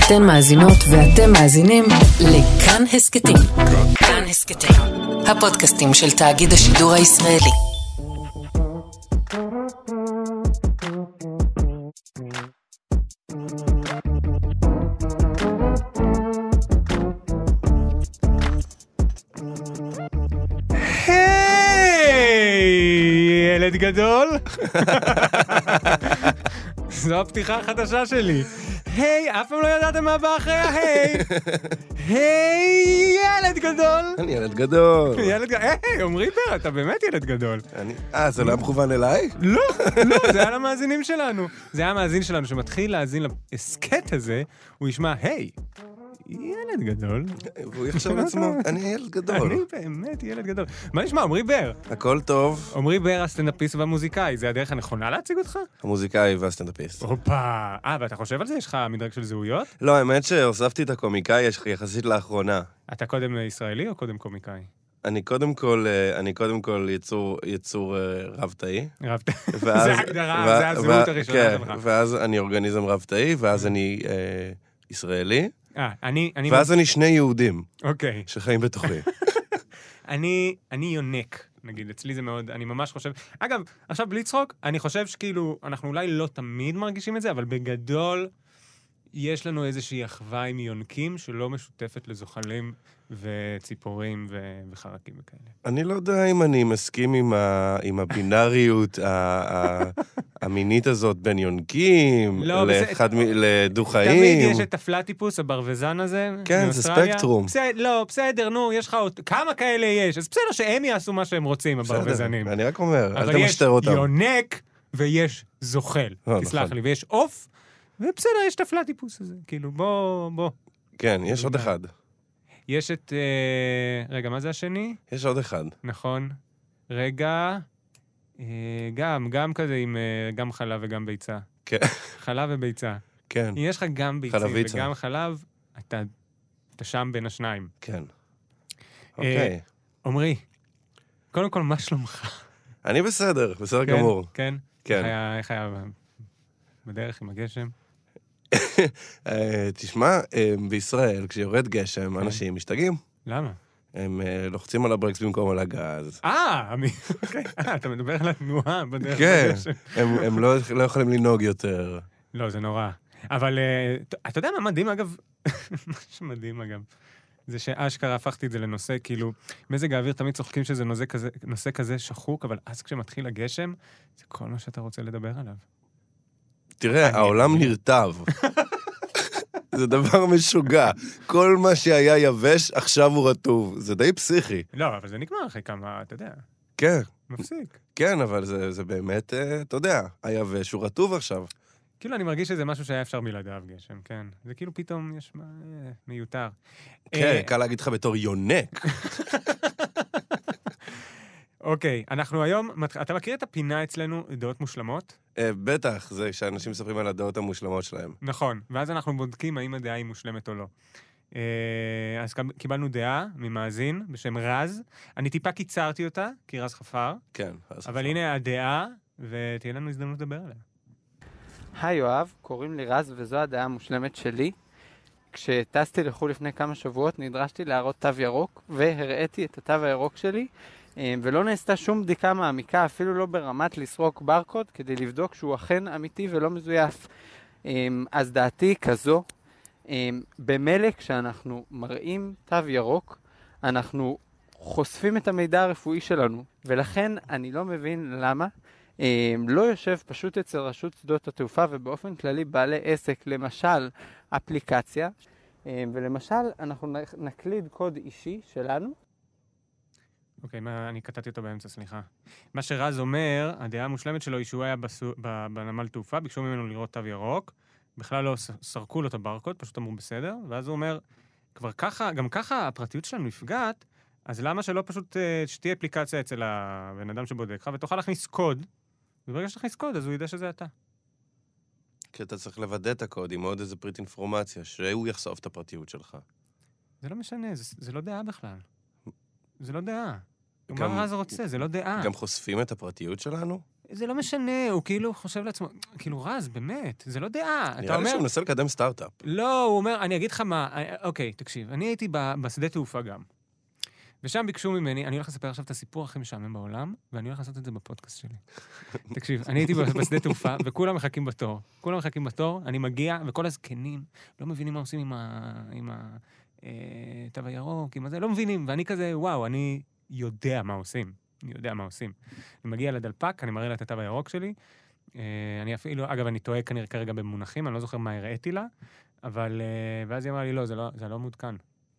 אתן מאזינות ואתם מאזינים לכאן הסקטים. כאן הסקטים, הפודקאסטים של תאגיד השידור הישראלי. היי, ילד גדול. זו הפתיחה החדשה שלי. היי, אף פעם לא ידעתם מה בא אחרי ההיי. היי, ילד גדול. אני ילד גדול. היי, עמרי בר, אתה באמת ילד גדול. זה לא מכוון אליי? לא, זה היה למאזינים שלנו. זה היה המאזין שלנו שמתחיל להאזין להסקט הזה, הוא ישמע, היי, ילד גדול. והוא יחשוב לעצמו, אני ילד גדול. אני באמת ילד גדול. מה נשמע, עמרי בר? הכל טוב. עמרי בר, הסטנדאפיסט והמוזיקאי, זה הדרך הנכונה להציג אותך? המוזיקאי והסטנדאפיסט. הופה, ואתה חושב על זה? יש לך מדרג של זהויות? לא, האמת שהוספתי את הקומיקאי יחסית לאחרונה. אתה קודם ישראלי או קודם קומיקאי? אני קודם כל יצור רב-תאי. רב-תאי. זה ההגדרה, זה הזהות הראשונה שלך. ואז אני אורגניזם רב-תאי, ואז אני ישראלי. ואז אני שני יהודים. אוקיי. שחיים בתוכי. אני יונק, נגיד, אצלי זה מאוד, אני ממש חושב, אגב, עכשיו בלי צחוק, אני חושב שכאילו, אנחנו אולי לא תמיד מרגישים את זה, אבל בגדול, יש לנו איזושהי אחווה עם יונקים, שלא משותפת לזוחלים וציפורים וחרקים וכאלה. אני לא יודע אם אני מסכים עם הבינאריות המינית הזאת בין יונקים, לדו-חיים. תמיד יש את הפלטיפוס, הברווזן הזה. כן, זה ספקטרום. לא, בסדר, נו, יש לך עוד, כמה כאלה יש? אז בסדר שהם יעשו מה שהם רוצים, הברווזנים. אני רק אומר, אל אבל תמשטר אותם. יש יונק ויש זוחל, תסלח לי, ויש אוף, ובסדר, יש את הפלטיפוס הזה. כאילו, בוא. כן, יש עוד אחד. יש את... רגע, מה זה השני? יש עוד אחד. נכון. רגע... גם כזה עם גם חלב וגם ביצה. כן. חלב וביצה. כן. אם יש לך גם ביצים חלביצה. וגם חלב, אתה שם בין השניים. כן. אוקיי. עמרי, קודם כל, מה שלומך? אני בסדר גמור. כן? כן. איך היה בדרך עם הגשם? תשמע, בישראל, כשיורד גשם, אנשים משתגעים. למה? הם לוחצים על הברקס במקום על הגז. אוקיי. אתה מדבר על התנועה בדרך כן, בגשם. הם לא יכולים לנהוג יותר. לא, זה נורא. אבל אתה יודע מה מדהים, אגב? מה שמדהים, אגב. זה שאשכרה הפכתי את זה לנושא, כאילו, מזג האוויר תמיד צוחקים שזה נושא כזה שחוק, אבל אז כשמתחיל הגשם, זה כל מה שאתה רוצה לדבר עליו. תראה, העולם נרטב. זה דבר משוגע. כל מה שהיה יבש, עכשיו הוא רטוב. זה די פסיכי. לא, אבל זה נגמר אחרי כמה, אתה יודע. כן. מפסיק. כן, אבל זה באמת, אתה יודע, היבש הוא רטוב עכשיו. כאילו אני מרגיש שזה משהו שהיה אפשר בלעדיו גשם, כן. זה כאילו פתאום יש מיותר. כן, קל להגיד לך בתור יונק. אוקיי, אנחנו היום, אתה מכיר את הפינה אצלנו, דעות מושלמות? בטח, זה שאנשים מספרים על הדעות המושלמות שלהם. נכון, ואז אנחנו בודקים האם הדעה היא מושלמת או לא. אז קיבלנו דעה ממאזין בשם רז. אני טיפה קיצרתי אותה, כי רז חפר. כן, רז חפר. אבל הנה הדעה, ותהיה לנו הזדמנות לדבר עליה. היי יואב, קוראים לי רז וזו הדעה המושלמת שלי. כשטסתי לחו"ל לפני כמה שבועות נדרשתי להראות תו ירוק, והראיתי את התו הירוק שלי, ולא נעשתה שום בדיקה מעמיקה, אפילו לא ברמת לסרוק ברקוד, כדי לבדוק שהוא אכן אמיתי ולא מזויף. אז דעתי כזו, במילא כשאנחנו מראים תו ירוק, אנחנו חושפים את המידע הרפואי שלנו, ולכן אני לא מבין למה לא יושב פשוט אצל רשות שדות התעופה, ובאופן כללי בעלי עסק, למשל אפליקציה, ולמשל אנחנו נקליד קוד אישי שלנו. אוקיי, אני קטעתי אותו באמצע, סליחה. מה שרז אומר, הדעה המושלמת שלו היא שהוא היה בנמל תעופה, ביקשו ממנו לראות תו ירוק, בכלל לא סרקו לו את הברקוד, פשוט אמרו בסדר, ואז הוא אומר, כבר ככה, גם ככה הפרטיות שלנו נפגעת, אז למה שלא פשוט שתהיה אפליקציה אצל הבן אדם שבודק לך, ותוכל להכניס קוד, וברגע שתכניס קוד, אז הוא ידע שזה אתה. כי אתה צריך לוודא את הקוד עם עוד איזה פריט אינפורמציה, שהוא יחשוף את הפרטיות שלך. זה לא משנה, זה לא דעה בכלל. זה לא דעה. מה רז רוצה? זה לא דעה. גם חושפים את הפרטיות שלנו? זה לא משנה, הוא כאילו חושב לעצמו, כאילו, רז, באמת, זה לא דעה. נראה לי שהוא מנסה לקדם סטארט-אפ. לא, הוא אומר, אני אגיד לך מה, אוקיי, תקשיב, אני הייתי בשדה תעופה גם. ושם ביקשו ממני, אני הולך לספר עכשיו את הסיפור הכי משעמם בעולם, ואני הולך לעשות את זה בפודקאסט שלי. תקשיב, אני הייתי בשדה תעופה, וכולם מחכים בתור. כולם מחכים בתור, אני מגיע, וכל הזקנים לא מבינים מה עושים עם התו הירוק, עם הזה, לא מבינים, ואני כזה, וואו, אני יודע מה עושים. אני יודע מה עושים. אני מגיע לדלפק, אני מראה לה את התו הירוק שלי, אני אפילו, אגב, אני טועה כרגע במונחים, אני לא זוכר מה הראיתי לה, אבל, ואז היא אמרה לי, לא, זה לא מעודכן.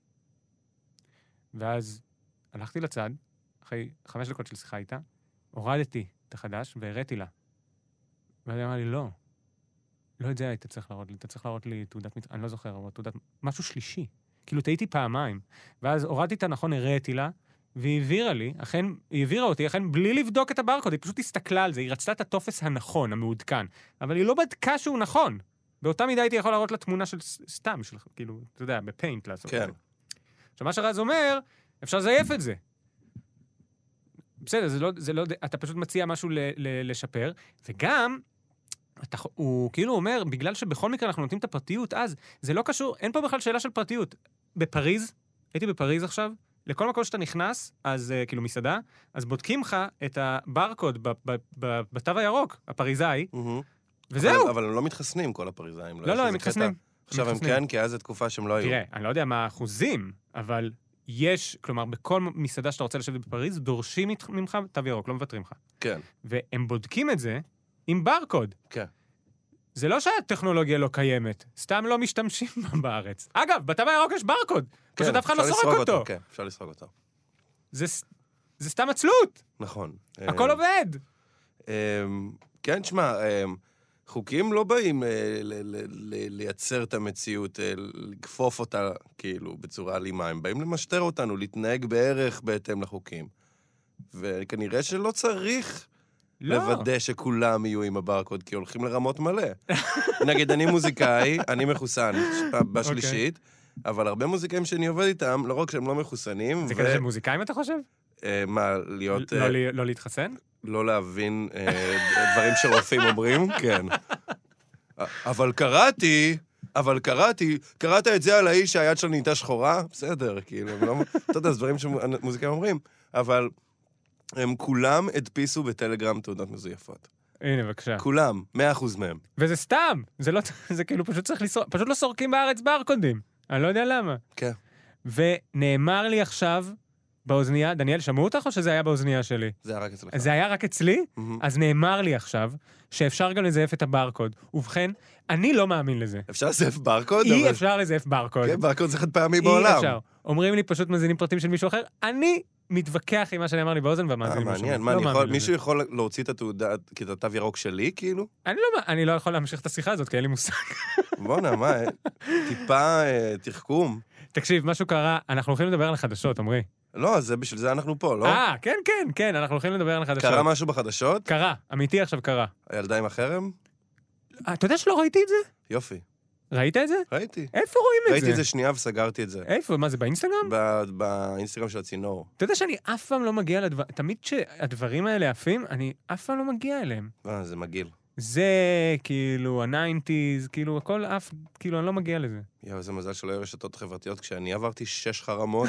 ואז הלכתי לצד, אחרי 5 דקות של שיחה איתה, הורדתי את החדש והראיתי לה. ואז היא אמרה לי, לא את זה היית צריך להראות לי, אתה צריך להראות לי תעודת, אני לא זוכר, אבל תעודת, משהו שלישי. כאילו, טעיתי פעמיים. ואז הורדתי את הנכון, הראיתי לה, והיא העבירה לי, היא העבירה אותי, אכן בלי לבדוק את הברקוד, היא פשוט הסתכלה על זה, היא רצתה את הטופס הנכון, המעודכן, אבל היא לא בדקה שהוא נכון. באותה מידה הייתי יכול להראות לה תמונה של סתם, כאילו, אתה יודע, בפיינט לעשות. כן. עכשיו, מה שרז אומר, אפשר לזייף את זה. בסדר, זה לא, אתה פשוט מציע משהו לשפר, וגם, הוא כאילו אומר, בגלל שבכל מקרה אנחנו נותנים את הפרטיות, אז זה לא קשור, אין פה בכלל שאלה של פרטיות. בפריז, הייתי בפריז עכשיו, לכל מקום שאתה נכנס, אז כאילו מסעדה, אז בודקים לך את הברקוד בתו הירוק, הפריזאי, וזהו. אבל הם לא מתחסנים, כל הפריזאים. לא, הם מתחסנים. עכשיו הם כן, כי אז זו תקופה שהם לא היו. תראה, אני לא יודע מה האחוזים, אבל יש, כלומר, בכל מסעדה שאתה רוצה לשבת בפריז, דורשים ממך תו ירוק, לא מוותרים לך. כן. והם בודקים את זה עם ברקוד. כן. זה לא שהטכנולוגיה לא קיימת, סתם לא משתמשים בארץ. אגב, בתו הירוק יש ברקוד, פשוט אף אחד לא סורק אותו. כן, אפשר לסרוק אותו. זה סתם עצלות. נכון. הכל עובד. כן, תשמע, חוקים לא באים לייצר את המציאות, לכפוף אותה כאילו בצורה אלימה, הם באים למשטר אותנו, להתנהג בערך בהתאם לחוקים. וכנראה שלא צריך לוודא שכולם יהיו עם הברקוד, כי הולכים לרמות מלא. נגיד, אני מוזיקאי, אני מחוסן בשלישית, אבל הרבה מוזיקאים שאני עובד איתם, לא רק שהם לא מחוסנים. זה כזה מוזיקאים, אתה חושב? מה, להיות... לא להתחסן? לא להבין דברים שרופאים אומרים, כן. אבל קראת את זה על האיש שהיד שלו נהייתה שחורה? בסדר, כאילו, אתה יודע, זה דברים שמוזיקאים אומרים, אבל הם כולם הדפיסו בטלגרם תעודות מזויפות. הנה, בבקשה. כולם, 100% מהם. וזה סתם, זה כאילו פשוט צריך לסרוק, פשוט לא סורקים בארץ ברקודים. אני לא יודע למה. כן. ונאמר לי עכשיו, באוזנייה, דניאל, שמעו אותך או שזה היה באוזנייה שלי? זה היה רק אצלך. זה היה רק אצלי? אז נאמר לי עכשיו שאפשר גם לזייף את הברקוד. ובכן, אני לא מאמין לזה. אפשר לזייף ברקוד? אי אפשר לזייף ברקוד. כן, ברקוד זה חד פעמי בעולם. אי אפשר. אומרים לי פשוט מזינים פרטים של מישהו אחר. אני מתווכח עם מה שנאמר לי באוזן והמאזינים לא שומעים. מעניין, מישהו יכול להוציא את התעודה, כי את התו ירוק שלי, כאילו? אני לא יכול להמשיך את השיחה הזאת, כי אין לי מושג. בוא'נה, מה, טיפה תחכום. תקשיב, משהו קרה, אנחנו הולכים לדבר על החדשות, אמרי. לא, בשביל זה אנחנו פה, לא? כן, אנחנו הולכים לדבר על החדשות. קרה משהו בחדשות? קרה, אמיתי עכשיו קרה. הילדה עם החרם? אתה יודע שלא ראיתי את זה? יופי. ראית את זה? ראיתי. איפה רואים את זה? ראיתי את זה שנייה וסגרתי את זה. איפה? מה זה, באינסטגרם? באינסטגרם של הצינור. אתה יודע שאני אף פעם לא מגיע לדבר... תמיד שהדברים האלה עפים, אני אף פעם לא מגיע אליהם. זה מגעיל. זה כאילו, ה-90s, כאילו, הכל אף, כאילו, אני לא מגיע לזה. איזה מזל שלא היו רשתות חברתיות. כשאני עברתי 6 חרמות,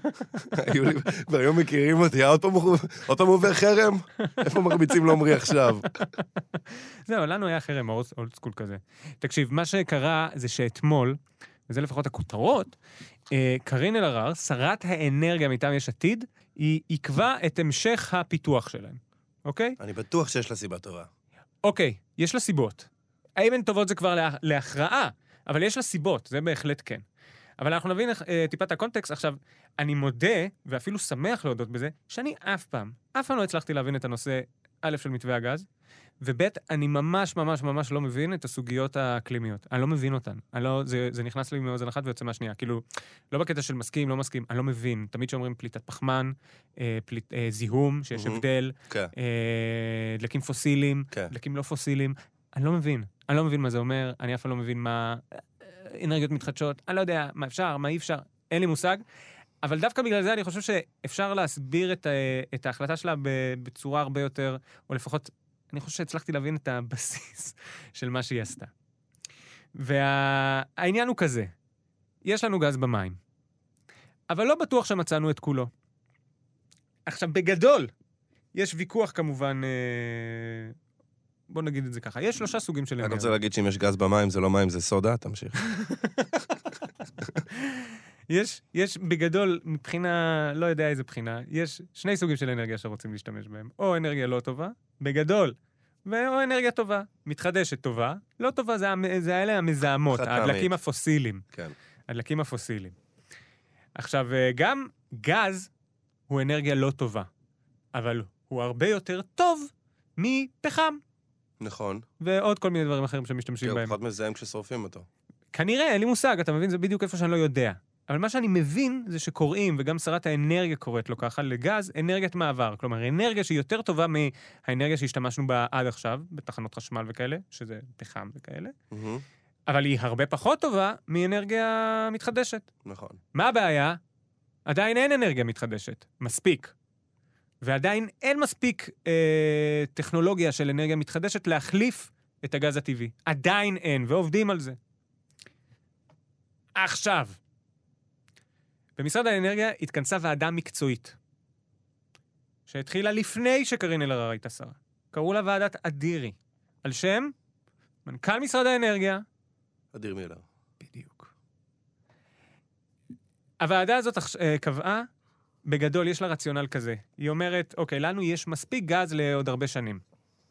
היו לי, כבר היום מכירים אותי, עוד פעם עובר חרם? איפה מרביצים לא אומרי עכשיו? זהו, לנו היה חרם, אולד סקול כזה. תקשיב, מה שקרה זה שאתמול, וזה לפחות הכותרות, קארין אלהרר, שרת האנרגיה מטעם יש עתיד, היא עקבה את המשך הפיתוח שלהם, אוקיי? אני בטוח שיש לה סיבה טובה. אוקיי, יש לה סיבות. האם הן טובות זה כבר להכרעה, אבל יש לה סיבות, זה בהחלט כן. אבל אנחנו נבין טיפה את הקונטקסט. עכשיו, אני מודה, ואפילו שמח להודות בזה, שאני אף פעם לא הצלחתי להבין את הנושא א' של מתווה הגז, וב' אני ממש לא מבין את הסוגיות האקלימיות. אני לא מבין אותן. זה נכנס לי מאוזן אחת ויוצא מהשנייה. כאילו, לא בקטע של מסכים, לא מסכים, אני לא מבין. תמיד שאומרים פליטת פחמן, זיהום, שיש הבדל, דלקים פוסיליים, דלקים לא פוסיליים. אני לא מבין מה זה אומר, אני אף פעם לא מבין מה אנרגיות מתחדשות, אני לא יודע מה אפשר, מה אי אפשר, אין לי מושג. אבל דווקא בגלל זה אני חושב שאפשר להסביר את ההחלטה שלה בצורה הרבה יותר, או לפחות אני חושב שהצלחתי להבין את הבסיס של מה שהיא עשתה. והעניין הוא כזה, יש לנו גז במים, אבל לא בטוח שמצאנו את כולו. עכשיו, בגדול, יש ויכוח כמובן, בוא נגיד את זה ככה, יש 3 סוגים של אנרגיה. אני רוצה להגיד שאם יש גז במים, זה לא מים, זה סודה, תמשיך. יש בגדול, מבחינה, לא יודע איזה בחינה, יש 2 סוגים של אנרגיה שרוצים להשתמש בהם. או אנרגיה לא טובה, בגדול, או אנרגיה טובה, מתחדשת טובה, לא טובה, זה אלה המזהמות, הדלקים הפוסיליים. כן. הדלקים הפוסיליים. עכשיו, גם גז הוא אנרגיה לא טובה, אבל הוא הרבה יותר טוב מפחם. נכון. ועוד כל מיני דברים אחרים שמשתמשים בהם. כן, פחות מזהם כששורפים אותו. כנראה, אין לי מושג, אתה מבין? זה בדיוק איפה שאני לא יודע. אבל מה שאני מבין זה שקוראים, וגם שרת האנרגיה קוראת לו ככה, לגז, אנרגיית מעבר. כלומר, אנרגיה שהיא יותר טובה מהאנרגיה שהשתמשנו בה עד עכשיו, בתחנות חשמל וכאלה, שזה פחם וכאלה. אבל היא הרבה פחות טובה מאנרגיה מתחדשת. נכון. מה הבעיה? עדיין אין אנרגיה מתחדשת. מספיק. ועדיין אין מספיק טכנולוגיה של אנרגיה מתחדשת להחליף את הגז הטבעי. עדיין אין, ועובדים על זה. עכשיו, במשרד האנרגיה התכנסה ועדה מקצועית, שהתחילה לפני שקרין אלהרר הייתה שרה. קראו לה ועדת אדירי, על שם מנכ"ל משרד האנרגיה. אדיר מילר. בדיוק. הוועדה הזאת קבעה, בגדול יש לה רציונל כזה. היא אומרת, אוקיי, לנו יש מספיק גז לעוד הרבה שנים.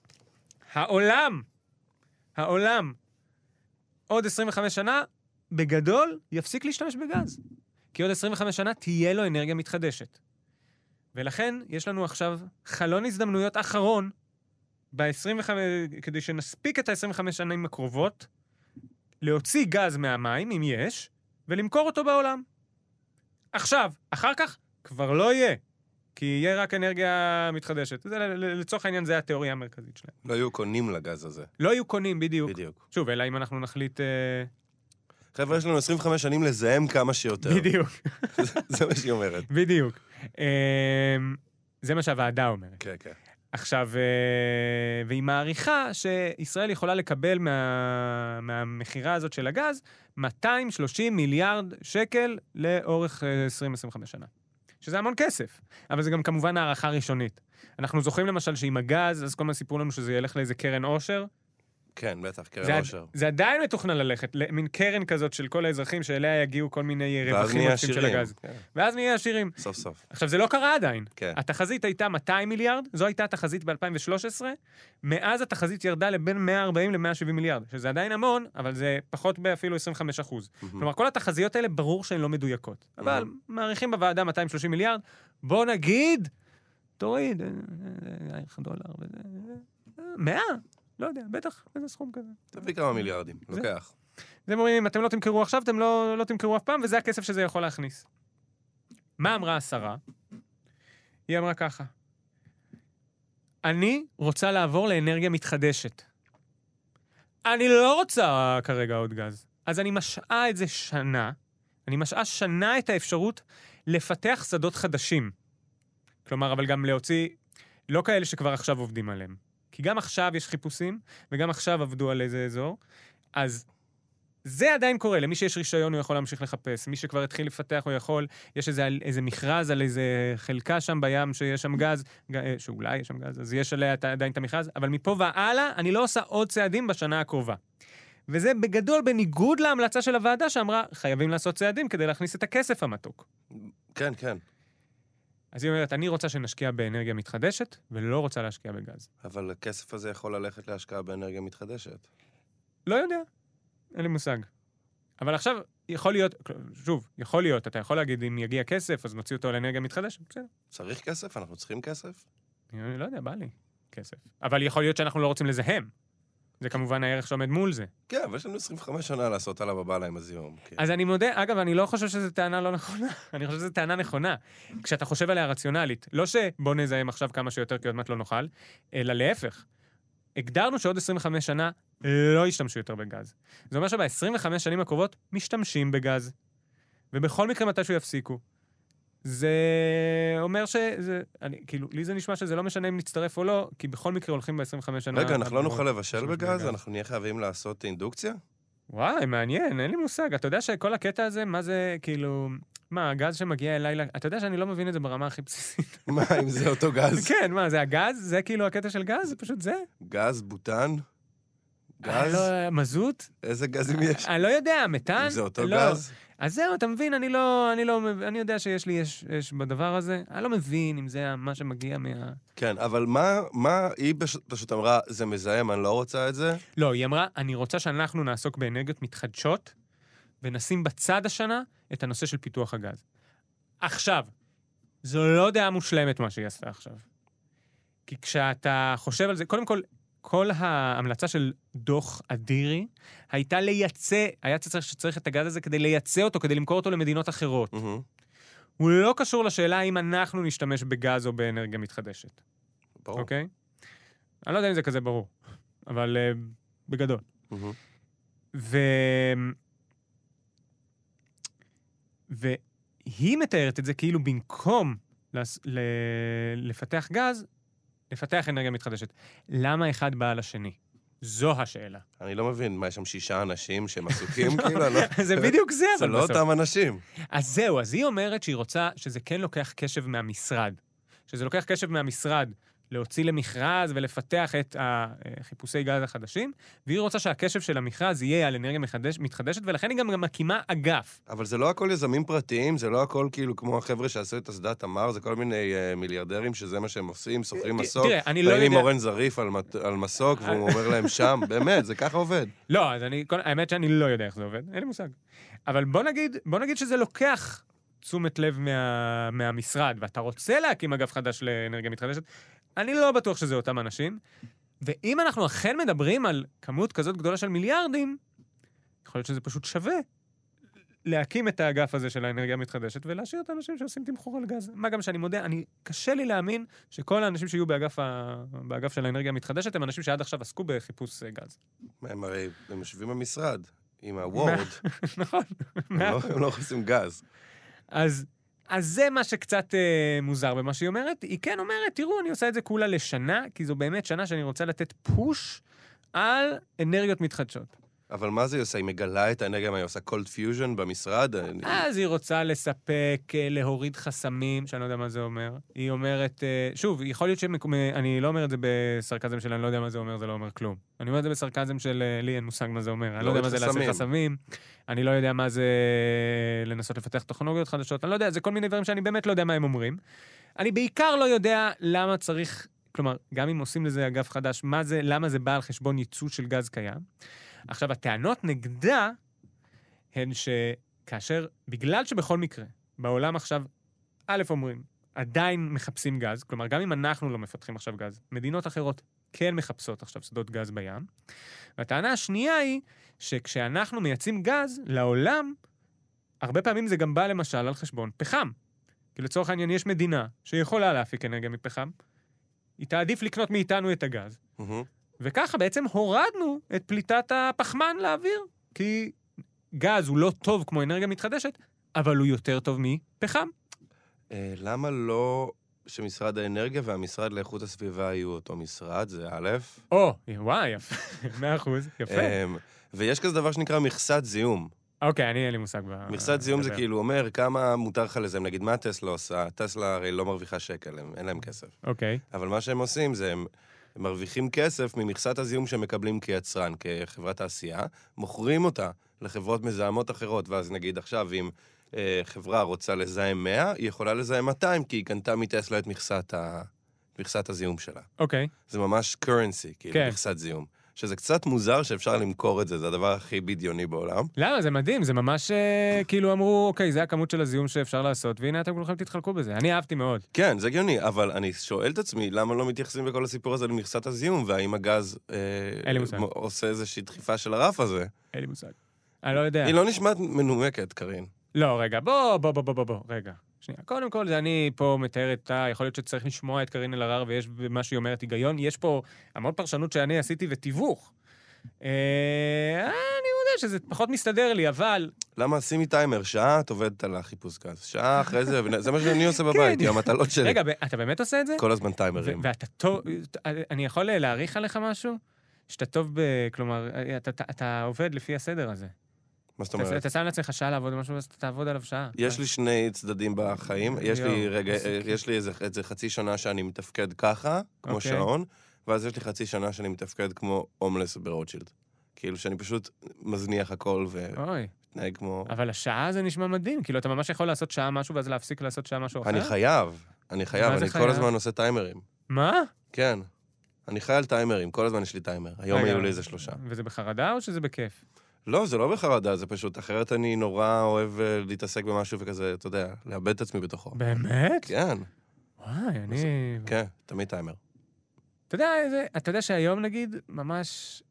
העולם, עוד 25 שנה, בגדול יפסיק להשתמש בגז. כי עוד 25 שנה תהיה לו אנרגיה מתחדשת. ולכן יש לנו עכשיו חלון הזדמנויות אחרון, כדי שנספיק את ה-25 שנים הקרובות, להוציא גז מהמים, אם יש, ולמכור אותו בעולם. עכשיו, אחר כך, כבר לא יהיה. כי יהיה רק אנרגיה מתחדשת. לצורך העניין, זה התיאוריה המרכזית שלהם. לא יהיו קונים לגז הזה. לא יהיו קונים, בדיוק. בדיוק. שוב, אלא אם אנחנו נחליט... חבר'ה, יש לנו 25 שנים לזהם כמה שיותר. בדיוק. זה מה שהיא אומרת. בדיוק. זה מה שהוועדה אומרת. כן, כן. עכשיו, והיא מעריכה שישראל יכולה לקבל מהמחירה הזאת של הגז 230 מיליארד שקל לאורך 20-25 שנה. שזה המון כסף, אבל זה גם כמובן הערכה ראשונית. אנחנו זוכרים למשל שעם הגז, אז כל מה סיפרו לנו שזה ילך לאיזה קרן עושר. כן, בטח, קרן עושר. זה עדיין מתוכנן ללכת, למין קרן כזאת של כל האזרחים, שאליה יגיעו כל מיני רווחים עושים של הגז. ואז נהיה עשירים. סוף סוף. עכשיו, זה לא קרה עדיין. כן. התחזית הייתה 200 מיליארד, זו הייתה התחזית ב-2013, מאז התחזית ירדה לבין 140 ל-170 מיליארד, שזה עדיין המון, אבל זה פחות באפילו 25%. כלומר, כל התחזיות האלה ברור שהן לא מדויקות. אבל מעריכים בוועדה 230 מיליארד, בוא נגיד, תוריד, $100, 100? לא יודע, בטח, איזה סכום כזה. תביא כמה מיליארדים, לוקח. זה אומרים, אם אתם לא תמכרו עכשיו, אתם לא תמכרו אף פעם, וזה הכסף שזה יכול להכניס. מה אמרה השרה? היא אמרה ככה, אני רוצה לעבור לאנרגיה מתחדשת. אני לא רוצה כרגע עוד גז. אז אני משעה את זה שנה, אני משעה שנה את האפשרות לפתח שדות חדשים. כלומר, אבל גם להוציא, לא כאלה שכבר עכשיו עובדים עליהם. כי גם עכשיו יש חיפושים, וגם עכשיו עבדו על איזה אזור, אז זה עדיין קורה. למי שיש רישיון הוא יכול להמשיך לחפש. מי שכבר התחיל לפתח הוא יכול, יש איזה מכרז על איזה חלקה שם בים שיש שם גז, שאולי יש שם גז, אז יש עליה עדיין את המכרז, אבל מפה והלאה אני לא עושה עוד צעדים בשנה הקרובה. וזה בגדול בניגוד להמלצה של הוועדה שאמרה, חייבים לעשות צעדים כדי להכניס את הכסף המתוק. כן, כן. אז היא אומרת, אני רוצה שנשקיע באנרגיה מתחדשת, ולא רוצה להשקיע בגז. אבל הכסף הזה יכול ללכת להשקעה באנרגיה מתחדשת. לא יודע, אין לי מושג. אבל עכשיו יכול להיות, שוב, יכול להיות, אתה יכול להגיד, אם יגיע כסף, אז נוציא אותו לאנרגיה מתחדשת, בסדר. צריך כסף? אנחנו צריכים כסף? אני לא יודע, בא לי כסף. אבל יכול להיות שאנחנו לא רוצים לזהם. זה כמובן הערך שעומד מול זה. כן, אבל יש לנו 25 שנה לעשות עליו הבעלה עם הזיהום. אז אני מודה, אגב, אני לא חושב שזו טענה לא נכונה. אני חושב שזו טענה נכונה. כשאתה חושב עליה רציונלית, לא שבוא נזהם עכשיו כמה שיותר, כי עוד מעט לא נוכל, אלא להפך. הגדרנו שעוד 25 שנה לא ישתמשו יותר בגז. זה אומר שב-25 שנים הקרובות משתמשים בגז. ובכל מקרה מתישהו יפסיקו. זה אומר כאילו, לי זה נשמע שזה לא משנה אם נצטרף או לא, כי בכל מקרה הולכים ב-25 שנה... רגע, אנחנו לא נוכל לבשל בגז? אנחנו נהיה חייבים לעשות אינדוקציה? וואי, מעניין, אין לי מושג. אתה יודע שכל הקטע הזה, מה זה, כאילו... מה, הגז שמגיע אליי... אתה יודע שאני לא מבין את זה ברמה הכי בסיסית. מה, אם זה אותו גז? כן, מה, זה הגז? זה כאילו הקטע של גז? זה פשוט זה? גז, בוטן? גז? מזוט? איזה גזים יש? אני לא יודע, מתאן? אם זה אותו גז? אז זהו, אתה מבין, אני יודע שיש לי יש בדבר הזה, אני לא מבין אם זה מה שמגיע מה... כן, אבל מה, היא פשוט אמרה, זה מזהם, אני לא רוצה את זה? לא, היא אמרה, אני רוצה שאנחנו נעסוק באנרגיות מתחדשות, ונשים בצד השנה את הנושא של פיתוח הגז. עכשיו, זו לא דעה מושלמת מה שהיא עשתה עכשיו. כי כשאתה חושב על זה, קודם כל ההמלצה של דוח אדירי הייתה היה צריך את הגז הזה כדי לייצא אותו, כדי למכור אותו למדינות אחרות. הוא לא קשור לשאלה אם אנחנו נשתמש בגז או באנרגיה מתחדשת. ברור. אוקיי? אני לא יודע אם זה כזה ברור, אבל בגדול. והיא מתארת את זה כאילו במקום לפתח גז, לפתח אנרגיה מתחדשת. למה אחד בא על השני? זו השאלה. אני לא מבין, מה, יש שם 6 אנשים שהם עסוקים כאילו? זה בדיוק זה, זה לא אותם אנשים. אז זהו, אז היא אומרת שהיא רוצה שזה כן לוקח קשב מהמשרד. שזה לוקח קשב מהמשרד להוציא למכרז ולפתח את חיפושי גז החדשים, והיא רוצה שהקשב של המכרז יהיה על אנרגיה מתחדשת, ולכן היא גם מקימה אגף. אבל זה לא הכל יזמים פרטיים, זה לא הכל כאילו כמו החבר'ה שעשו את אסדת תמר, זה כל מיני מיליארדרים שזה מה שהם עושים, סוחרים מסוק, באים עם אורן זריף על מסוק, והוא אומר להם שם, באמת, זה ככה עובד. לא, אז האמת שאני לא יודע איך זה עובד, אין לי מושג. אבל בוא נגיד שזה לוקח תשומת לב מהמשרד, ואתה רוצה להקים אגף חדש לאנרגיה מתחדשת, אני לא בטוח שזה אותם אנשים, ואם אנחנו אכן מדברים על כמות כזאת גדולה של מיליארדים, יכול להיות שזה פשוט שווה להקים את האגף הזה של האנרגיה המתחדשת, ולהשאיר את האנשים שעושים תמחור על גז. מה גם שאני מודה, קשה לי להאמין שכל האנשים שיהיו באגף של האנרגיה המתחדשת, הם אנשים שעד עכשיו עסקו בחיפוש גז. הם הרי, הם יושבים במשרד, עם הוורד. נכון. הם לא עושים גז. אז זה מה שקצת מוזר במה שהיא אומרת. היא כן אומרת, תראו, אני עושה את זה כולה לשנה, כי זו באמת שנה שאני רוצה לתת פוש על אנרגיות מתחדשות. אבל מה זה היא עושה? היא מגלה את האנרגיה, מה היא עושה? cold fusion במשרד? אז היא רוצה לספק, להוריד חסמים, שאני לא יודע מה זה אומר. היא אומרת, שוב, יכול להיות אני לא אומר את זה בסרקזם של אני לא יודע מה זה אומר, זה לא אומר כלום. אני אומר את זה בסרקזם של לי אין מושג מה זה אומר. אני לא יודע מה זה להסיר חסמים, אני לא יודע מה זה לנסות לפתח טכנולוגיות חדשות, אני לא יודע, זה כל מיני דברים שאני באמת לא יודע מה הם אומרים. אני בעיקר לא יודע למה צריך, כלומר, גם אם עושים לזה אגף חדש, למה זה בא על חשבון ייצוא של גז קיים. עכשיו, הטענות נגדה הן שכאשר, בגלל שבכל מקרה, בעולם עכשיו, א' אומרים, עדיין מחפשים גז, כלומר, גם אם אנחנו לא מפתחים עכשיו גז, מדינות אחרות כן מחפשות עכשיו שדות גז בים, והטענה השנייה היא שכשאנחנו מייצאים גז לעולם, הרבה פעמים זה גם בא למשל על חשבון פחם. כי לצורך העניין יש מדינה שיכולה להפיק אנרגיה מפחם, היא תעדיף לקנות מאיתנו את הגז, וככה בעצם הורדנו את פליטת הפחמן לאוויר, כי גז הוא לא טוב כמו אנרגיה מתחדשת, אבל הוא יותר טוב מפחם. למה לא שמשרד האנרגיה והמשרד לאיכות הסביבה יהיו אותו משרד? זה א'. וואי, יפה, 100%, יפה. ויש כזה דבר שנקרא מכסת זיהום. אוקיי, אני אין לי מושג. מכסת זיהום זה כאילו אומר כמה מותר לך לזה, נגיד מה טסלה עושה? טסלה הרי לא מרוויחה שקל, אין להם כסף. אוקיי. אבל מה שהם עושים זה הם מרוויחים כסף ממכסת הזיהום שהם מקבלים כיצרן, כחברת תעשייה, מוכרים אותה לחברות מזהמות אחרות, ואז נגיד עכשיו אם חברה רוצה לזהם 100, היא יכולה לזהם 200, כי היא קנתה מטסלה את מכסת הזיהום שלה. אוקיי. זה ממש currency, כאילו, מכסת זיהום. שזה קצת מוזר שאפשר למכור את זה, זה הדבר הכי בדיוני בעולם. למה? זה מדהים, זה ממש כאילו אמרו, אוקיי, זה הכמות של הזיהום שאפשר לעשות, והנה אתם כולכם תתחלקו בזה. אני אהבתי מאוד. כן, זה הגיוני, אבל אני שואל את עצמי, למה לא מתייחסים בכל הסיפור הזה למכסת הזיהום, והאם הגז עושה איזושהי דחיפה של הרף הזה? אין לי מושג. אני לא יודע. היא לא נשמעת מנומקת, קרין. לא, רגע, בוא, רגע. שנייה. קודם כל, אני פה מתאר את יכול להיות שצריך לשמוע את קרין אלהרר, ויש במה שהיא אומרת היגיון, יש פה המון פרשנות שאני עשיתי ותיווך. אני מודה שזה פחות מסתדר לי, אבל... למה? שימי טיימר, שעה את עובדת על החיפוש גז. שעה אחרי זה, זה מה שאני עושה בבית, עם המטלות שלי. רגע, אתה באמת עושה את זה? כל הזמן טיימרים. ואתה טוב... אני יכול להעריך עליך משהו? שאתה טוב כלומר, אתה עובד לפי הסדר הזה. מה זאת אומרת? אתה שם לעצמך שעה לעבוד במשהו, אז אתה תעבוד עליו שעה. יש לי שני צדדים בחיים. יש לי איזה חצי שנה שאני מתפקד ככה, כמו שעון, ואז יש לי חצי שנה שאני מתפקד כמו הומלס ברוטשילד. כאילו שאני פשוט מזניח הכל ומתנהג כמו... אבל השעה זה נשמע מדהים. כאילו, אתה ממש יכול לעשות שעה משהו, ואז להפסיק לעשות שעה משהו אחר? אני חייב. אני כל הזמן עושה טיימרים. מה? כן. אני חי על טיימרים, כל הזמן יש לי טיימר. היום היו לי איזה 3. וזה בחרדה או שזה בכיף? לא, זה לא בחרדה, זה פשוט, אחרת אני נורא אוהב להתעסק במשהו וכזה, אתה יודע, לאבד את עצמי בתוכו. באמת? כן. וואי, אני... כן, תמיד טיימר. אתה יודע שהיום נגיד, ממש...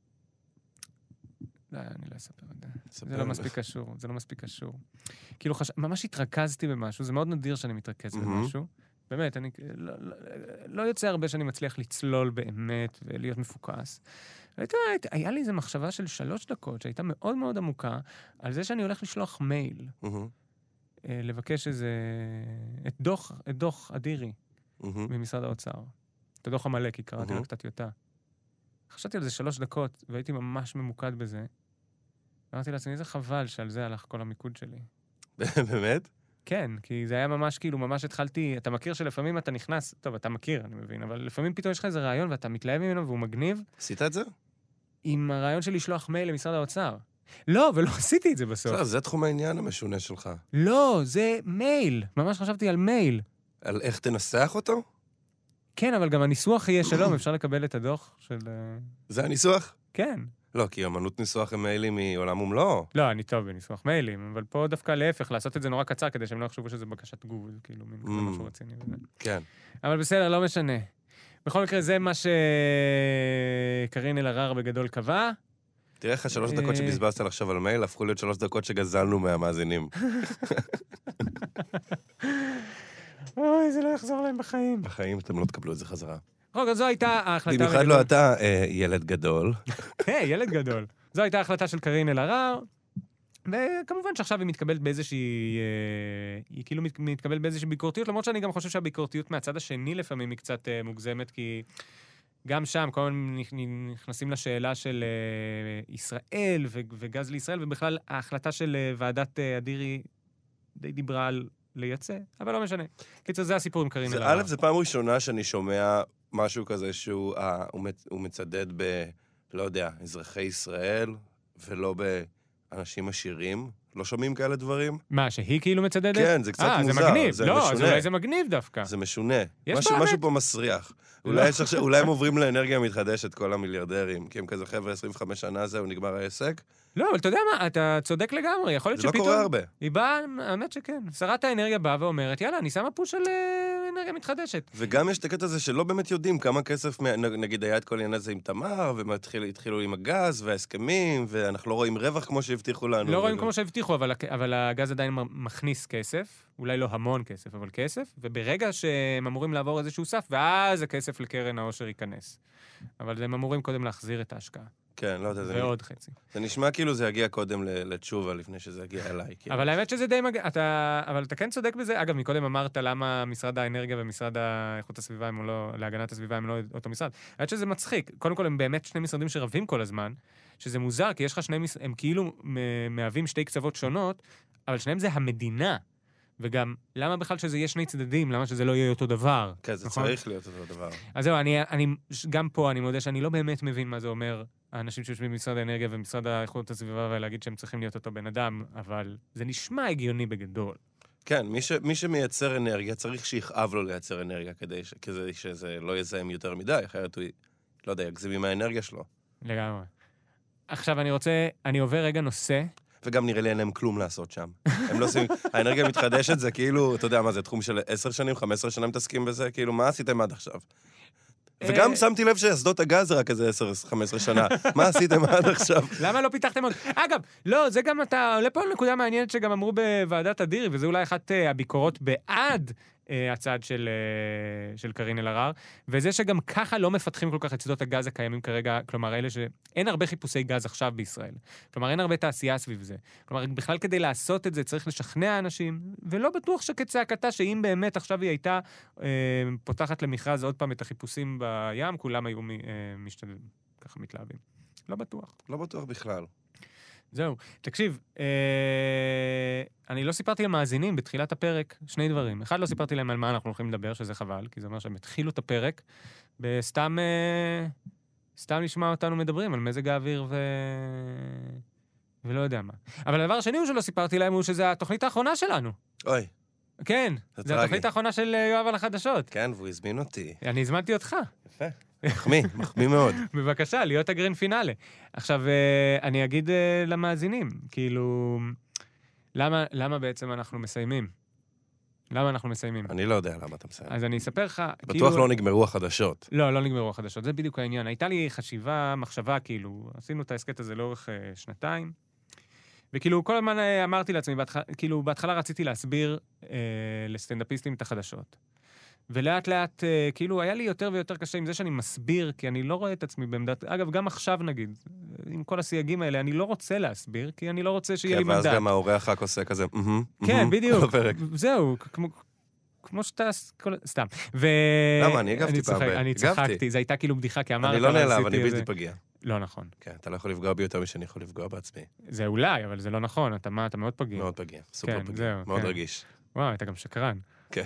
לא, אני לא אספר את זה. זה לא מספיק קשור. כאילו, ממש התרכזתי במשהו, זה מאוד נדיר שאני מתרכז במשהו. באמת, אני לא יוצא הרבה שאני מצליח לצלול באמת ולהיות מפוקס. היה לי איזו מחשבה של 3 דקות, שהייתה מאוד מאוד עמוקה, על זה שאני הולך לשלוח מייל, לבקש את דוח אדירי ממשרד האוצר. את הדוח המלא, כי קראתי לו קצת יוטה. חשבתי על זה 3 דקות, והייתי ממש ממוקד בזה. אמרתי לעצמי, איזה חבל שעל זה הלך כל המיקוד שלי. באמת? כן, כי זה היה ממש, כאילו, ממש התחלתי, אתה מכיר שלפעמים אתה נכנס, טוב, אתה מכיר, אני מבין, אבל לפעמים פתאום יש לך איזה רעיון, ואתה מתלהב ממנו, והוא מגניב. עשית את זה? עם הרעיון של לשלוח מייל למשרד האוצר. לא, ולא עשיתי את זה בסוף. זה תחום העניין המשונה שלך. לא, זה מייל. ממש חשבתי על מייל. על איך תנסח אותו? כן, אבל גם הניסוח יהיה שלום, אפשר לקבל את הדוח של... זה הניסוח? כן. לא, כי אמנות ניסוח עם מיילים היא עולם ומלואו. לא, אני טוב בניסוח מיילים, אבל פה דווקא להפך, לעשות את זה נורא קצר, כדי שהם לא יחשבו שזה בקשת תגובה, כאילו, מין כזה משהו רציני. כן. אבל בסדר, לא משנה. בכל מקרה, זה מה שקרין אלהרר בגדול קבע. תראה איך 3 דקות שבזבזת לחשוב על מייל, הפכו להיות 3 דקות שגזלנו מהמאזינים. אוי, זה לא יחזור להם בחיים. בחיים אתם לא תקבלו את זה חזרה. רגע, זו הייתה ההחלטה... במיוחד לא אתה, ילד גדול. היי, ילד גדול. זו הייתה ההחלטה של קרין אלהרר, וכמובן שעכשיו היא מתקבלת באיזושהי... היא כאילו מתקבלת באיזושהי ביקורתיות, למרות שאני גם חושב שהביקורתיות מהצד השני לפעמים היא קצת מוגזמת, כי גם שם כל הזמן נכנסים לשאלה של ישראל וגז לישראל, ובכלל ההחלטה של ועדת אדירי די דיברה על לייצא, אבל לא משנה. קיצור, זה הסיפור עם קרין אלהרר. א', זה פעם ראשונה שאני שומע משהו כזה שהוא מצדד לא יודע, אזרחי ישראל, ולא באנשים עשירים. לא שומעים כאלה דברים? מה, שהיא כאילו מצדדת? כן, זה קצת מוזר. זה מגניב. זה לא, משונה. אז אולי זה מגניב דווקא. זה משונה. משהו פה מסריח. אולי הם עוברים לאנרגיה מתחדשת, כל המיליארדרים, כי הם כזה חבר'ה 25 שנה זהו, נגמר העסק. לא, אבל אתה יודע מה, אתה צודק לגמרי. יכול להיות שפתאום... זה לא קורה הרבה. היא באה, האמת שכן. שרת האנרגיה באה ואומרת, יאללה, אני שמה פוש על אנרגיה מתחדשת. וגם יש את הקטע הזה שלא באמת יודעים כמה כסף, נגיד היה את כל העניין הזה עם תמר, והתחילו עם הגז וההסכמים, ואנחנו לא רואים רווח כמו שהבטיחו לנו. לא רואים כמו שהבטיחו, אבל הגז עדיין מכניס כסף, אולי לא המון כסף, אבל כסף, וברגע שהם אמורים לעבור איזשהו סף, ואז הכסף לקרן העושר ייכנס. אבל הם אמורים קודם להחזיר את ההשקעה. כן, לא יודע. ועוד חצי. זה נשמע כאילו זה יגיע קודם לתשובה לפני שזה יגיע אליי. אבל האמת שזה די אבל אתה כן צודק בזה. אגב, מקודם אמרת למה משרד האנרגיה ומשרד איכות הסביבה הם לא, להגנת הסביבה הם לא אותו משרד. האמת שזה מצחיק. קודם כל הם באמת 2 משרדים שרבים כל הזמן, שזה מוזר, כי יש לך 2 הם כאילו מהווים 2 קצוות שונות, אבל שניהם זה המדינה. וגם, למה בכלל שזה יהיה 2 צדדים? למה שזה לא יהיה אותו דבר? כן, זה נכון? צריך להיות אותו דבר. אז זהו, גם פה אני מודה שאני לא באמת מבין מה זה אומר, האנשים שיושבים במשרד האנרגיה ומשרד האיכות הסביבה, ולהגיד שהם צריכים להיות אותו בן אדם, אבל זה נשמע הגיוני בגדול. כן, מי שמייצר אנרגיה, צריך שיכאב לו לייצר אנרגיה, כדי שזה לא יזהם יותר מדי, אחרת הוא, לא יודע, יגזים עם האנרגיה שלו. לגמרי. עכשיו אני עובר רגע נושא, וגם נראה לי אין להם כלום לעשות שם. הם לא עושים, האנרגיה מתחדשת זה כאילו, אתה יודע מה, זה תחום של 10 שנים, 15 שנים מתעסקים בזה, כאילו, מה עשיתם עד עכשיו? וגם שמתי לב שאסדות הגז זה רק איזה 10-15 שנה. מה עשיתם עד עכשיו? למה לא פיתחתם עוד? אגב, לא, זה גם אתה עולה פה על נקודה מעניינת שגם אמרו בוועדת אדירי, וזה אולי אחת הביקורות בעד הצד של קרין אלהרר, וזה שגם ככה לא מפתחים כל כך את שדות הגז הקיימים כרגע, כלומר, אלה שאין הרבה חיפושי גז עכשיו בישראל. כלומר, אין הרבה תעשייה סביב זה. כלומר, בכלל כדי לעשות את זה צריך לשכנע אנשים, ולא בטוח שכצעקתה שאם באמת עכשיו היא הייתה פותחת למכרז עוד פעם את החיפושים בים, כולם היו משתדלים, ככה מתלהבים. לא בטוח. לא בטוח בכלל. זהו. תקשיב, אני לא סיפרתי למאזינים בתחילת הפרק שני דברים. אחד, לא סיפרתי להם על מה אנחנו הולכים לדבר, שזה חבל, כי זה אומר שהם התחילו את הפרק, בסתם לשמוע אותנו מדברים על מזג האוויר ולא יודע מה. אבל הדבר השני הוא שלא סיפרתי להם הוא שזה התוכנית האחרונה שלנו. אוי. כן, זה התוכנית האחרונה של יואב על החדשות. כן, והוא הזמין אותי. אני הזמנתי אותך. יפה. מחמיא מאוד. בבקשה, להיות הגרין פינאלה. עכשיו, אני אגיד למאזינים, כאילו, למה בעצם אנחנו מסיימים? למה אנחנו מסיימים? אני לא יודע למה אתה מסיים. אז אני אספר לך, בטוח לא נגמרו החדשות. לא נגמרו החדשות, זה בדיוק העניין. הייתה לי מחשבה, כאילו, עשינו את העסקת הזה לאורך 2 וכאילו, כל הזמן אמרתי לעצמי, כאילו, בהתחלה רציתי להסביר לסטנדאפיסטים את החדשות. ולאט לאט, כאילו, היה לי יותר ויותר קשה עם זה שאני מסביר, כי אני לא רואה את עצמי בעמדת... אגב, גם עכשיו נגיד, עם כל הסייגים האלה, אני לא רוצה להסביר, כי אני לא רוצה שיהיה לי מנדט. ואז גם האורח רק עושה כזה, כן, בדיוק. זהו, כמו שאתה... סתם. למה? אני הגבתי פעם. אני צחקתי, זו הייתה כאילו בדיחה, כי אמרת... אני לא נעלב, אני בלתי פגיע. לא נכון. כן, אתה לא יכול לפגוע בי יותר משאני יכול לפגוע בעצמי. זה אולי, אבל זה לא נכון, אתה מאוד פגיע. מאוד פגיע, סופר פגיע, מאוד רגיש. וואו, אתה גם שקרן. כן.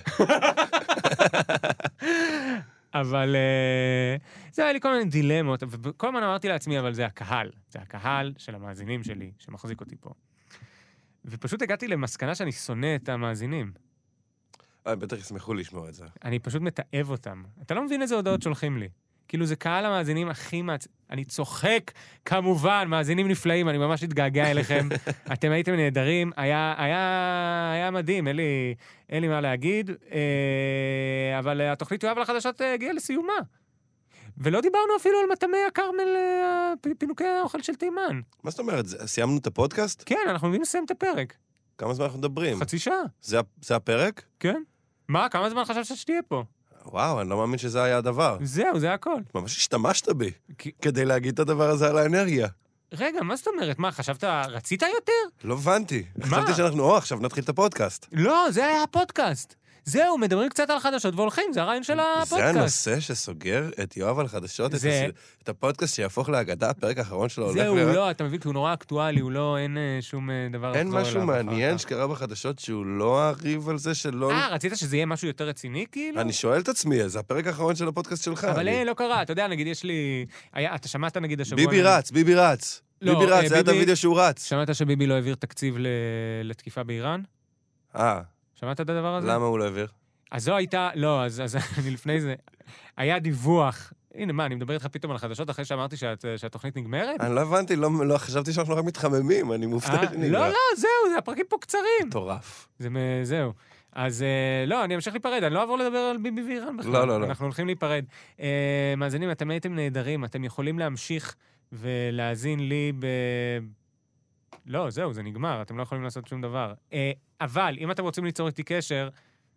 אבל זה היה לי כל מיני דילמות, וכל הזמן אמרתי לעצמי, אבל זה הקהל. זה הקהל של המאזינים שלי, שמחזיק אותי פה. ופשוט הגעתי למסקנה שאני שונא את המאזינים. בטח ישמחו לשמוע את זה. אני פשוט מתאב אותם. אתה לא מבין איזה הודעות שולחים לי. כאילו זה קהל המאזינים הכי אני צוחק, כמובן, מאזינים נפלאים, אני ממש התגעגע אליכם. אתם הייתם נהדרים, היה מדהים, אין לי מה להגיד, אבל התוכנית יואב על החדשות הגיעה לסיומה. ולא דיברנו אפילו על מטעמי הכרמל, פינוקי האוכל של תימן. מה זאת אומרת? סיימנו את הפודקאסט? כן, אנחנו מבינים לסיים את הפרק. כמה זמן אנחנו מדברים? חצי שעה. זה הפרק? כן. מה? כמה זמן חשבת שתהיה פה? וואו, אני לא מאמין שזה היה הדבר. זהו, זה הכל. ממש השתמשת בי, כדי להגיד את הדבר הזה על האנרגיה. רגע, מה זאת אומרת? מה, חשבת, רצית יותר? לא הבנתי. חשבתי שאנחנו, עכשיו נתחיל את הפודקאסט. לא, זה היה הפודקאסט. זהו, מדברים קצת על חדשות והולכים, זה הרעיון של הפודקאסט. זה הנושא שסוגר את יואב על חדשות, את הפודקאסט שיהפוך להגדה, הפרק האחרון שלו הולך זהו, לא, אתה מבין, כי הוא נורא אקטואלי, הוא לא, אין שום דבר... אין משהו מעניין שקרה בחדשות שהוא לא הריב על זה שלא... רצית שזה יהיה משהו יותר רציני, כאילו? אני שואל את עצמי, זה הפרק האחרון של הפודקאסט שלך. אבל לא קרה, אתה יודע, נגיד, יש לי... אתה שמעת, נגיד, השבוע... ביבי רץ, ביבי רץ, זה היה הווידאו שהוא רץ. שמעת שביבי לא העביר תקציב לתקיפה באיראן? שמעת את הדבר הזה? למה הוא לא העביר? אז זו הייתה, לא, אז אני לפני זה, היה דיווח, הנה מה, אני מדבר איתך פתאום על החדשות אחרי שאמרתי שהתוכנית נגמרת? אני לא הבנתי, לא חשבתי שאנחנו רק מתחממים, אני מופתע שנגמר. לא, זהו, הפרקים פה קצרים. מטורף. זהו. אז לא, אני אמשיך להיפרד, אני לא אעבור לדבר על ביבי ואיראן בכלל. לא. אנחנו הולכים להיפרד. מאזינים, אתם הייתם נהדרים, אתם יכולים להמשיך ולהאזין לי לא, זהו, זה נגמר, אתם לא יכולים לעשות שום דבר. אבל, אם אתם רוצים ליצור איתי קשר,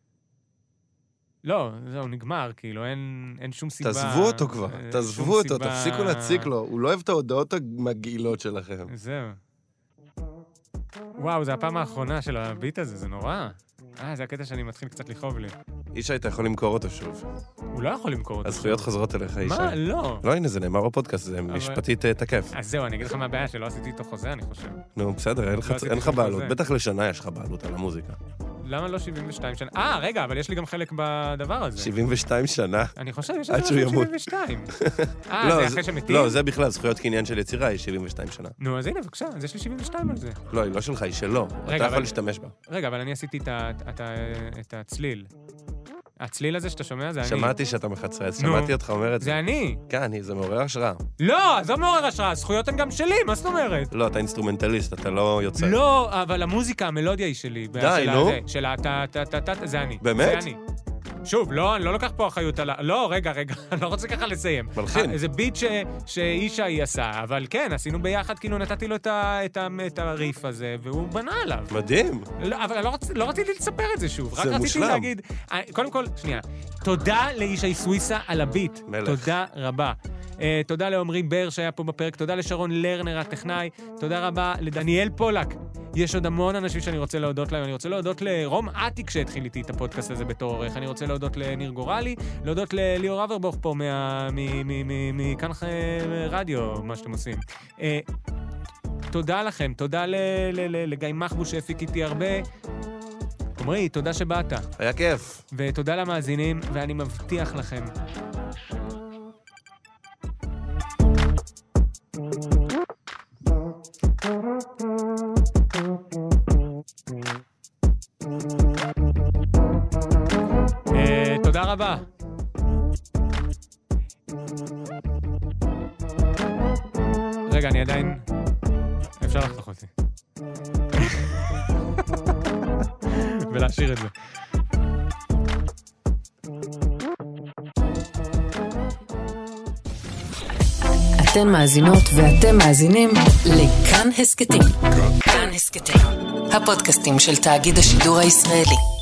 לא, זהו, נגמר, כאילו, אין שום סיבה. תעזבו אותו כבר, תעזבו אותו, תפסיקו להציק לו, הוא לא אוהב את ההודעות המגעילות שלכם. זהו. וואו, זה הפעם האחרונה של הביט הזה, זה נורא. זה הקטע שאני מתחיל קצת לכאוב לי. אישה, אתה יכול למכור אותו שוב. הוא לא יכול למכור אותו. הזכויות חוזרות אליך, אישה. מה? לא. לא, הנה, זה נאמר בפודקאסט, זה משפטית תקף. אז זהו, אני אגיד לך מה הבעיה, שלא עשיתי איתו חוזה, אני חושב. נו, בסדר, אין לך בעלות. בטח לשנה יש לך בעלות על המוזיקה. למה לא 72 שנה? רגע, אבל יש לי גם חלק בדבר הזה. 72 שנה? אני חושב, יש לי 72. זה אחרי שמתים? לא, זה בכלל, זכויות קניין של יצירה היא 72 שנה. נו, אז הנה, בבקשה, אז יש לי 72 על זה. לא, היא לא שלך, היא שלו. אתה יכול להשתמש בה. רגע, אבל אני עשיתי את הצליל. הצליל הזה שאתה שומע, זה אני. שמעתי שאתה מחצרץ, שמעתי אותך אומר את זה. זה אני. כן, זה מעורר השראה. לא, זה מעורר השראה, הזכויות הן גם שלי, מה זאת אומרת? לא, אתה אינסטרומנטליסט, אתה לא יוצא. לא, אבל המוזיקה, המלודיה היא שלי. די, נו. של הטה-טה-טה-טה, זה אני. באמת? זה אני. שוב, לא, אני לא לוקח פה אחריות על... לא, רגע, אני לא רוצה ככה לסיים. מלחין. זה ביט שאישי עשה, אבל כן, עשינו ביחד, כאילו נתתי לו את הריף הזה, והוא בנה עליו. מדהים. אבל לא רציתי לספר את זה שוב. רק רציתי מושלם. להגיד... קודם כל, שנייה, תודה לאישי סוויסה על הביט. מלך. תודה רבה. תודה לעומרי בר שהיה פה בפרק, תודה לשרון לרנר הטכנאי, תודה רבה לדניאל פולק. יש עוד המון אנשים שאני רוצה להודות להם, אני רוצה להודות לרום עתיק שהתחיל איתי את הפודקאסט הזה בתור עורך, אני רוצה להודות לניר גורלי, להודות לליאור אברבוך פה מכאן רדיו, מה שאתם עושים. תודה לכם, תודה לגיא מחבו שהפיק איתי הרבה. עומרי, תודה שבאת. היה כיף. ותודה למאזינים, ואני מבטיח לכם תודה רבה. רגע, אני עדיין... אפשר לחתוך אותי. ולהשאיר את זה. אתן מאזינות ואתם מאזינים לכאן הסקטים. כאן הסקטים, הפודקאסטים של תאגיד השידור הישראלי.